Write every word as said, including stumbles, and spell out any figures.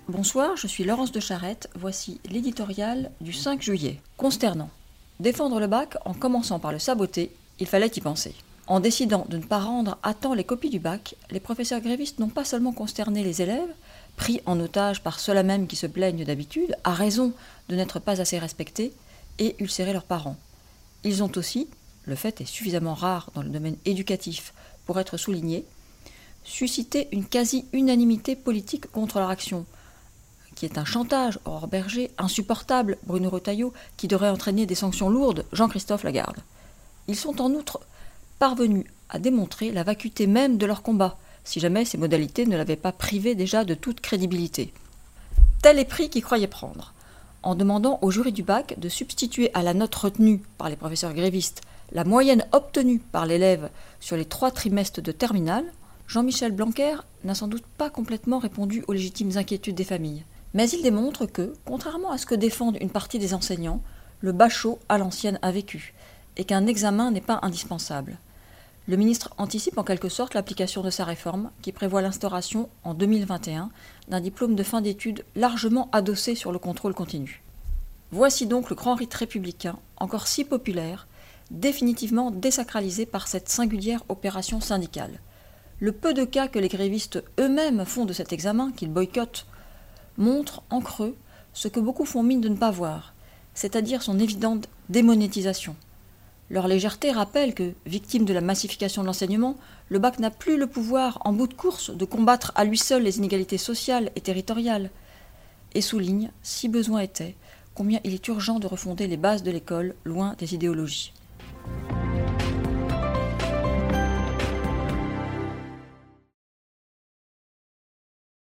Bonsoir, je suis Laurence de Charette, voici l'éditorial du cinq juillet. Consternant. Défendre le bac en commençant par le saboter, il fallait y penser. En décidant de ne pas rendre à temps les copies du bac, les professeurs grévistes n'ont pas seulement consterné les élèves, pris en otage par ceux-là même qui se plaignent d'habitude, à raison de n'être pas assez respectés, et ulcéré leurs parents. Ils ont aussi, le fait est suffisamment rare dans le domaine éducatif pour être souligné, suscité une quasi-unanimité politique contre leur action, qui est un chantage, Aurore Berger, insupportable, Bruno Retailleau, qui devrait entraîner des sanctions lourdes, Jean-Christophe Lagarde. Ils sont en outre parvenus à démontrer la vacuité même de leur combat, si jamais ces modalités ne l'avaient pas privé déjà de toute crédibilité. Tel est pris qu'ils croyaient prendre. En demandant au jury du bac de substituer à la note retenue par les professeurs grévistes la moyenne obtenue par l'élève sur les trois trimestres de terminale, Jean-Michel Blanquer n'a sans doute pas complètement répondu aux légitimes inquiétudes des familles. Mais il démontre que, contrairement à ce que défendent une partie des enseignants, le bachot à l'ancienne a vécu, et qu'un examen n'est pas indispensable. Le ministre anticipe en quelque sorte l'application de sa réforme, qui prévoit l'instauration, en deux mille vingt et un, d'un diplôme de fin d'études largement adossé sur le contrôle continu. Voici donc le grand rite républicain, encore si populaire, définitivement désacralisé par cette singulière opération syndicale. Le peu de cas que les grévistes eux-mêmes font de cet examen, qu'ils boycottent, montre en creux ce que beaucoup font mine de ne pas voir, c'est-à-dire son évidente démonétisation. Leur légèreté rappelle que, victime de la massification de l'enseignement, le bac n'a plus le pouvoir, en bout de course, de combattre à lui seul les inégalités sociales et territoriales, et souligne, si besoin était, combien il est urgent de refonder les bases de l'école, loin des idéologies.